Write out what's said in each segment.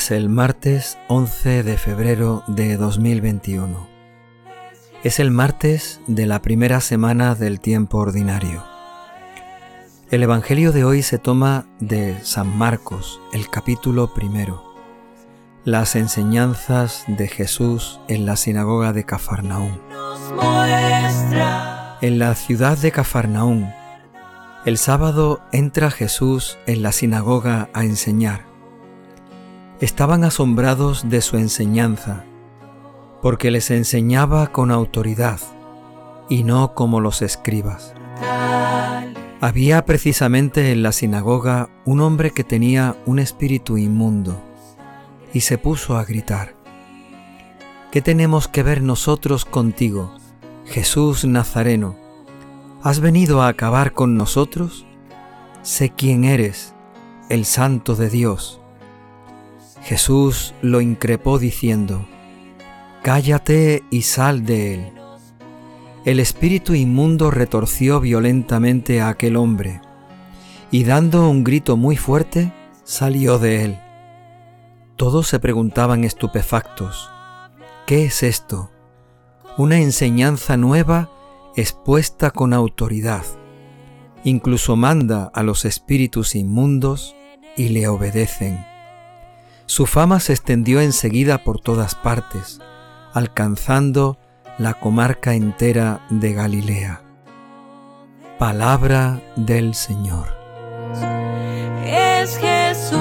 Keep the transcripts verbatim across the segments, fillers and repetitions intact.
es el martes once de febrero de dos mil veintiuno. Es el martes de la primera semana del tiempo ordinario. El Evangelio de hoy se toma de San Marcos, el capítulo primero. Las enseñanzas de Jesús en la sinagoga de Cafarnaúm. En la ciudad de Cafarnaúm, el sábado entra Jesús en la sinagoga a enseñar. Estaban asombrados de su enseñanza, porque les enseñaba con autoridad y no como los escribas. Había precisamente en la sinagoga un hombre que tenía un espíritu inmundo y se puso a gritar: ¿Qué tenemos que ver nosotros contigo, Jesús Nazareno? ¿Has venido a acabar con nosotros? Sé quién eres, el Santo de Dios. Jesús lo increpó diciendo: Cállate y sal de él. El espíritu inmundo retorció violentamente a aquel hombre, y dando un grito muy fuerte, salió de él. Todos se preguntaban estupefactos: ¿qué es esto? Una enseñanza nueva expuesta con autoridad. Incluso manda a los espíritus inmundos y le obedecen. Su fama se extendió enseguida por todas partes, alcanzando la comarca entera de Galilea. Palabra del Señor. Es Jesús,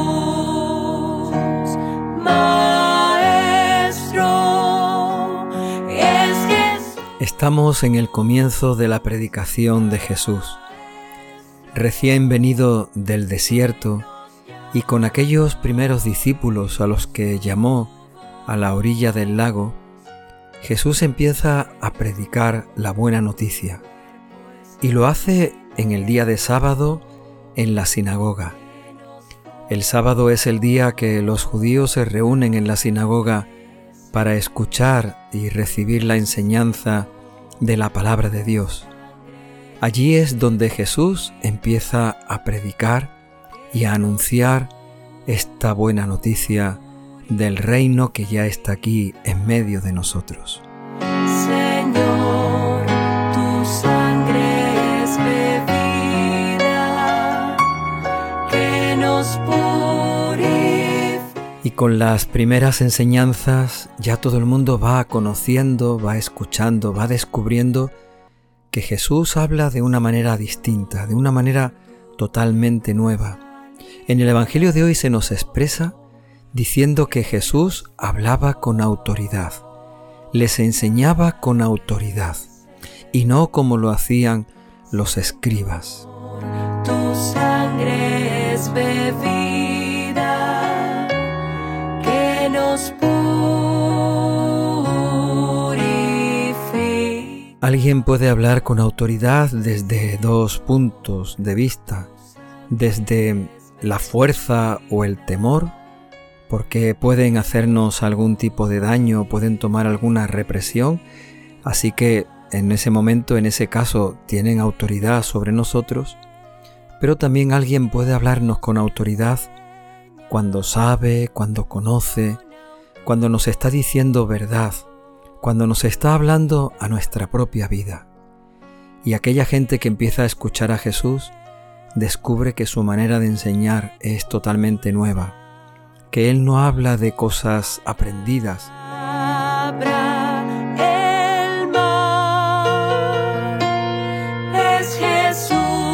Maestro, es Jesús. Estamos en el comienzo de la predicación de Jesús. Recién venido del desierto, y con aquellos primeros discípulos a los que llamó a la orilla del lago, Jesús empieza a predicar la buena noticia, y lo hace en el día de sábado en la sinagoga. El sábado es el día que los judíos se reúnen en la sinagoga para escuchar y recibir la enseñanza de la palabra de Dios. Allí es donde Jesús empieza a predicar y a anunciar esta buena noticia del reino que ya está aquí en medio de nosotros. Señor, tu sangre es bebida que nos purifica. Y con las primeras enseñanzas ya todo el mundo va conociendo, va escuchando, va descubriendo que Jesús habla de una manera distinta, de una manera totalmente nueva. En el Evangelio de hoy se nos expresa diciendo que Jesús hablaba con autoridad, les enseñaba con autoridad, y no como lo hacían los escribas. Tu sangre es bebida que nos purifica. Alguien puede hablar con autoridad desde dos puntos de vista, desde la fuerza o el temor, porque pueden hacernos algún tipo de daño, pueden tomar alguna represión, así que en ese momento, en ese caso, tienen autoridad sobre nosotros. Pero también alguien puede hablarnos con autoridad cuando sabe, cuando conoce, cuando nos está diciendo verdad, cuando nos está hablando a nuestra propia vida. Y aquella gente que empieza a escuchar a Jesús descubre que su manera de enseñar es totalmente nueva, que Él no habla de cosas aprendidas. Abra el mar, es Jesús,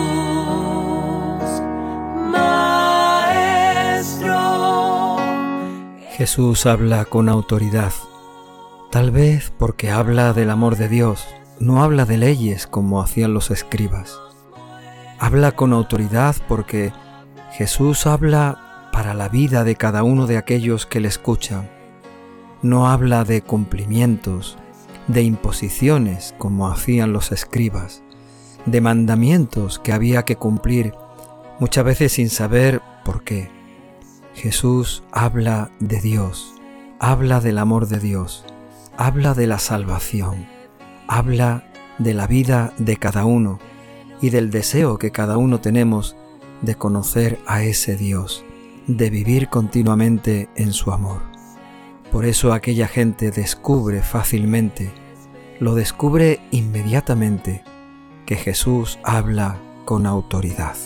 Maestro. Jesús habla con autoridad, tal vez porque habla del amor de Dios, no habla de leyes como hacían los escribas. Habla con autoridad porque Jesús habla para la vida de cada uno de aquellos que le escuchan. No habla de cumplimientos, de imposiciones como hacían los escribas, de mandamientos que había que cumplir, muchas veces sin saber por qué. Jesús habla de Dios, habla del amor de Dios, habla de la salvación, habla de la vida de cada uno y del deseo que cada uno tenemos de conocer a ese Dios, de vivir continuamente en su amor. Por eso aquella gente descubre fácilmente, lo descubre inmediatamente, que Jesús habla con autoridad.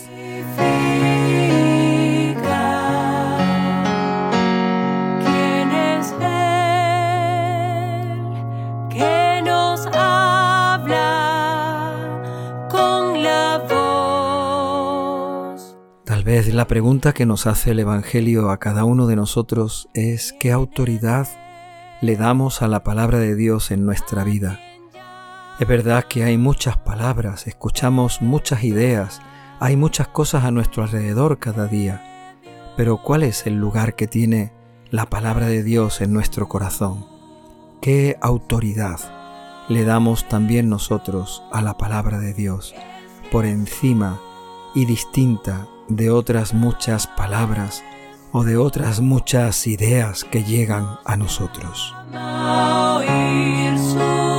Tal vez la pregunta que nos hace el Evangelio a cada uno de nosotros es ¿qué autoridad le damos a la palabra de Dios en nuestra vida? Es verdad que hay muchas palabras, escuchamos muchas ideas, hay muchas cosas a nuestro alrededor cada día, pero ¿cuál es el lugar que tiene la palabra de Dios en nuestro corazón? ¿Qué autoridad le damos también nosotros a la palabra de Dios por encima y distinta de otras muchas palabras o de otras muchas ideas que llegan a nosotros? Oír su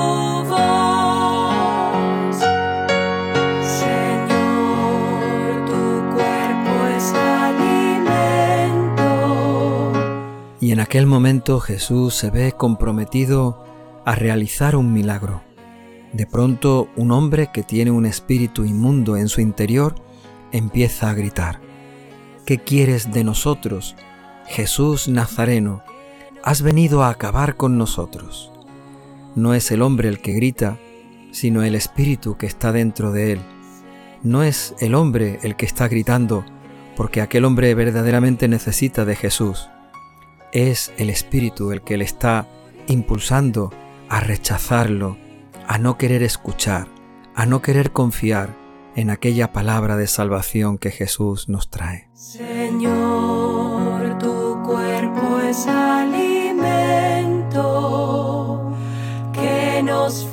voz, Señor, tu cuerpo es alimento. Y en aquel momento Jesús se ve comprometido a realizar un milagro. De pronto, un hombre que tiene un espíritu inmundo en su interior empieza a gritar: ¿qué quieres de nosotros, Jesús Nazareno? Has venido a acabar con nosotros. No es el hombre el que grita, sino el espíritu que está dentro de él. No es el hombre el que está gritando, porque aquel hombre verdaderamente necesita de Jesús. Es el espíritu el que le está impulsando a rechazarlo, a no querer escuchar, a no querer confiar en aquella palabra de salvación que Jesús nos trae. Señor, tu cuerpo es alimento que nos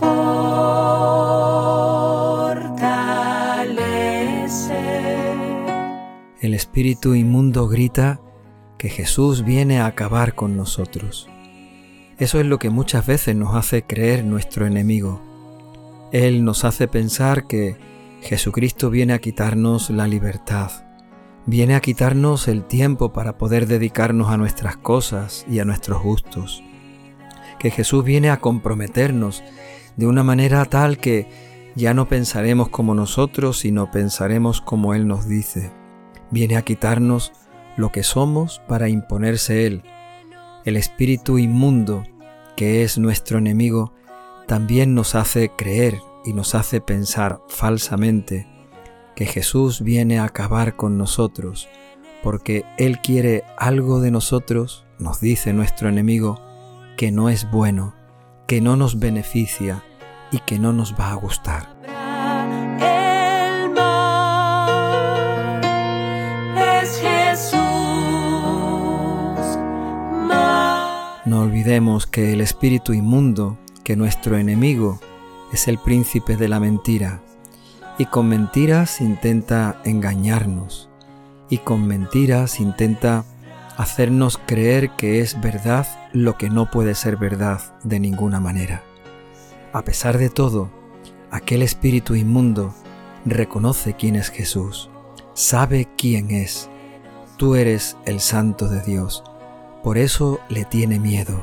fortalece. El espíritu inmundo grita que Jesús viene a acabar con nosotros. Eso es lo que muchas veces nos hace creer nuestro enemigo. Él nos hace pensar que Jesucristo viene a quitarnos la libertad, viene a quitarnos el tiempo para poder dedicarnos a nuestras cosas y a nuestros gustos, que Jesús viene a comprometernos de una manera tal que ya no pensaremos como nosotros, sino pensaremos como Él nos dice. Viene a quitarnos lo que somos para imponerse Él. El espíritu inmundo, que es nuestro enemigo, también nos hace creer y nos hace pensar falsamente que Jesús viene a acabar con nosotros, porque Él quiere algo de nosotros, nos dice nuestro enemigo, que no es bueno, que no nos beneficia y que no nos va a gustar. El mar es Jesús. Mar. No olvidemos que el espíritu inmundo, que nuestro enemigo, es el príncipe de la mentira, y con mentiras intenta engañarnos, y con mentiras intenta hacernos creer que es verdad lo que no puede ser verdad de ninguna manera. A pesar de todo, aquel espíritu inmundo reconoce quién es Jesús, sabe quién es. Tú eres el Santo de Dios, por eso le tiene miedo.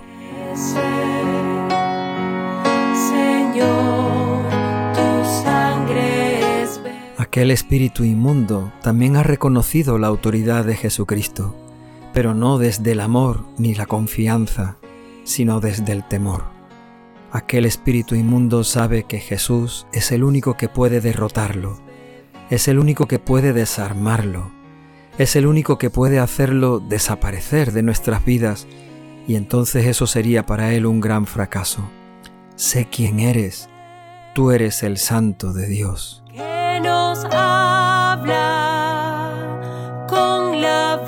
Aquel espíritu inmundo también ha reconocido la autoridad de Jesucristo, pero no desde el amor ni la confianza, sino desde el temor. Aquel espíritu inmundo sabe que Jesús es el único que puede derrotarlo, es el único que puede desarmarlo, es el único que puede hacerlo desaparecer de nuestras vidas, y entonces eso sería para él un gran fracaso. Sé quién eres, tú eres el Santo de Dios. Que nos habla con la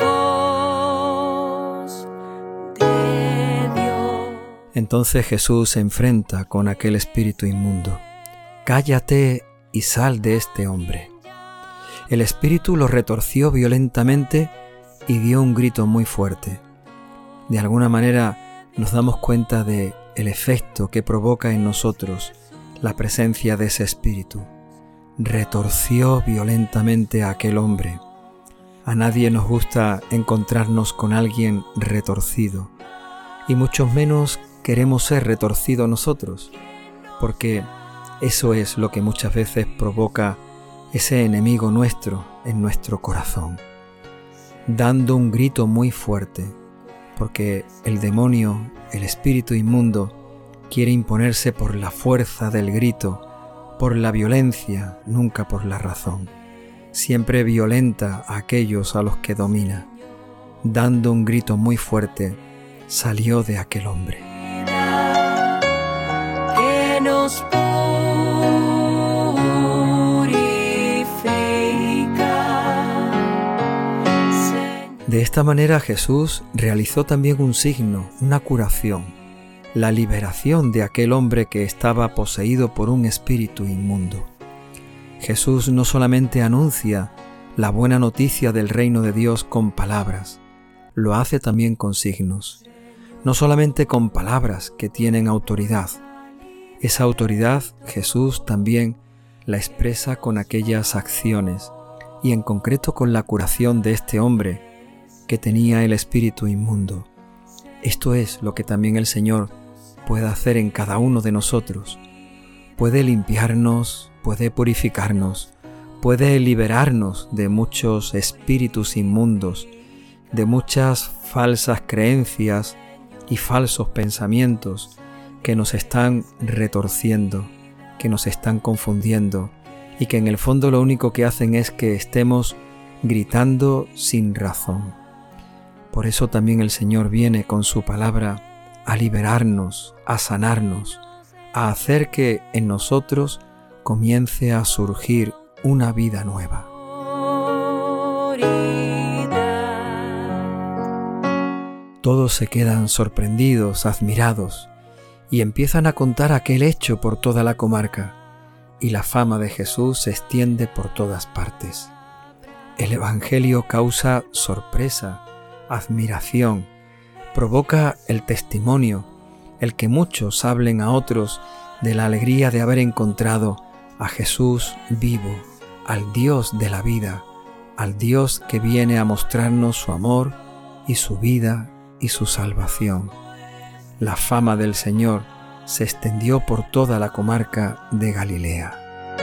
voz de Dios. Entonces Jesús se enfrenta con aquel espíritu inmundo. Cállate y sal de este hombre. El espíritu lo retorció violentamente y dio un grito muy fuerte. De alguna manera nos damos cuenta de el efecto que provoca en nosotros la presencia de ese espíritu. Retorció violentamente a aquel hombre. A nadie nos gusta encontrarnos con alguien retorcido, y mucho menos queremos ser retorcidos nosotros, porque eso es lo que muchas veces provoca ese enemigo nuestro en nuestro corazón, dando un grito muy fuerte, porque el demonio, el espíritu inmundo, quiere imponerse por la fuerza del grito, por la violencia, nunca por la razón. Siempre violenta a aquellos a los que domina. Dando un grito muy fuerte, salió de aquel hombre. Que nos De esta manera Jesús realizó también un signo, una curación, la liberación de aquel hombre que estaba poseído por un espíritu inmundo. Jesús no solamente anuncia la buena noticia del reino de Dios con palabras, lo hace también con signos, no solamente con palabras que tienen autoridad. Esa autoridad Jesús también la expresa con aquellas acciones y en concreto con la curación de este hombre que tenía el espíritu inmundo. Esto es lo que también el Señor puede hacer en cada uno de nosotros. Puede limpiarnos, puede purificarnos, puede liberarnos de muchos espíritus inmundos, de muchas falsas creencias y falsos pensamientos que nos están retorciendo, que nos están confundiendo y que en el fondo lo único que hacen es que estemos gritando sin razón. Por eso también el Señor viene con su palabra a liberarnos, a sanarnos, a hacer que en nosotros comience a surgir una vida nueva. Todos se quedan sorprendidos, admirados, y empiezan a contar aquel hecho por toda la comarca, y la fama de Jesús se extiende por todas partes. El Evangelio causa sorpresa, admiración, provoca el testimonio, el que muchos hablen a otros de la alegría de haber encontrado a Jesús vivo, al Dios de la vida, al Dios que viene a mostrarnos su amor y su vida y su salvación. La fama del Señor se extendió por toda la comarca de Galilea.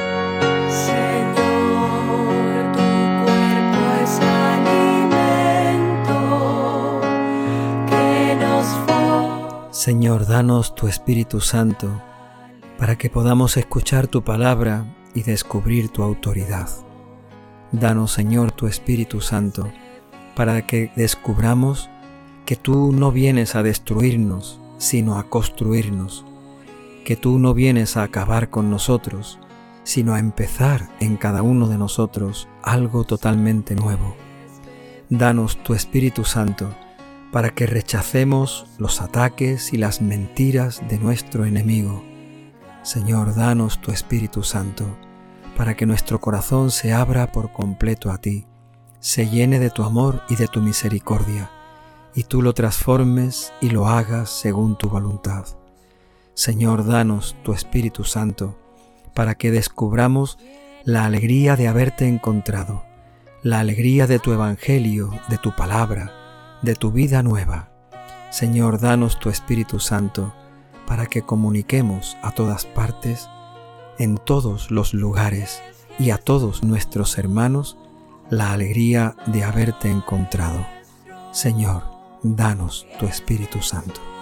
Señor, danos tu Espíritu Santo para que podamos escuchar tu palabra y descubrir tu autoridad. Danos, Señor, tu Espíritu Santo para que descubramos que tú no vienes a destruirnos, sino a construirnos, que tú no vienes a acabar con nosotros, sino a empezar en cada uno de nosotros algo totalmente nuevo. Danos tu Espíritu Santo para que rechacemos los ataques y las mentiras de nuestro enemigo. Señor, danos tu Espíritu Santo, para que nuestro corazón se abra por completo a ti, se llene de tu amor y de tu misericordia, y tú lo transformes y lo hagas según tu voluntad. Señor, danos tu Espíritu Santo, para que descubramos la alegría de haberte encontrado, la alegría de tu Evangelio, de tu palabra, de tu vida nueva. Señor, danos tu Espíritu Santo para que comuniquemos a todas partes, en todos los lugares y a todos nuestros hermanos la alegría de haberte encontrado. Señor, danos tu Espíritu Santo.